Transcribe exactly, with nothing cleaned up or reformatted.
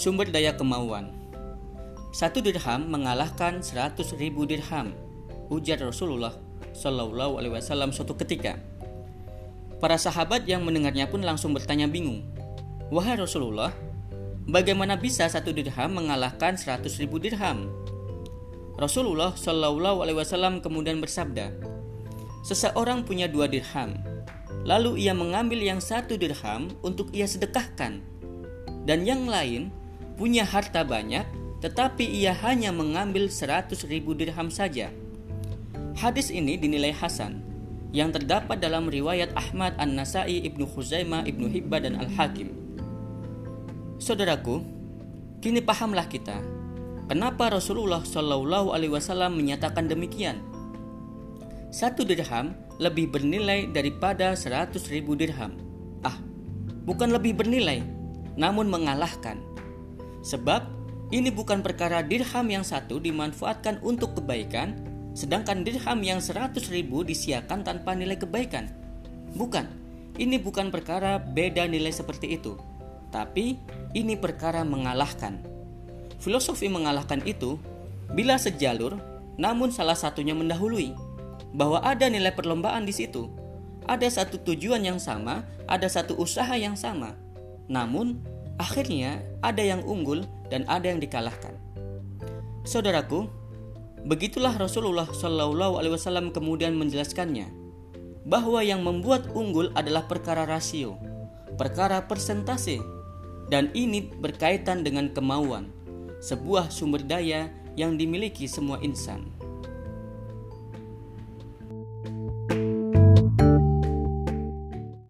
Sumber daya kemauan. Satu dirham mengalahkan seratus ribu dirham, ujar Rasulullah Shallallahu Alaihi Wasallam suatu ketika. Para sahabat yang mendengarnya pun langsung bertanya bingung, wahai Rasulullah, bagaimana bisa satu dirham mengalahkan seratus ribu dirham? Rasulullah Shallallahu Alaihi Wasallam kemudian bersabda, seseorang punya dua dirham, lalu ia mengambil yang satu dirham untuk ia sedekahkan, dan yang lain punya harta banyak, tetapi ia hanya mengambil seratus ribu dirham saja. Hadis ini dinilai hasan, yang terdapat dalam riwayat Ahmad, An-Nasai, Ibnu Khuzaimah, Ibnu Hibban, dan Al-Hakim. Saudaraku, kini pahamlah kita, kenapa Rasulullah Shallallahu Alaihi Wasallam menyatakan demikian. Satu dirham lebih bernilai daripada seratus ribu dirham. Ah, bukan lebih bernilai, namun mengalahkan. Sebab ini bukan perkara dirham yang satu dimanfaatkan untuk kebaikan, sedangkan dirham yang seratus ribu disiakan tanpa nilai kebaikan. Bukan, ini bukan perkara beda nilai seperti itu, tapi ini perkara mengalahkan. Filosofi mengalahkan itu, bila sejalur, namun salah satunya mendahului, bahwa ada nilai perlombaan di situ, ada satu tujuan yang sama, ada satu usaha yang sama, namun akhirnya ada yang unggul dan ada yang dikalahkan. Saudaraku, begitulah Rasulullah Shallallahu Alaihi Wasallam kemudian menjelaskannya, bahwa yang membuat unggul adalah perkara rasio, perkara persentase, dan ini berkaitan dengan kemauan, sebuah sumber daya yang dimiliki semua insan.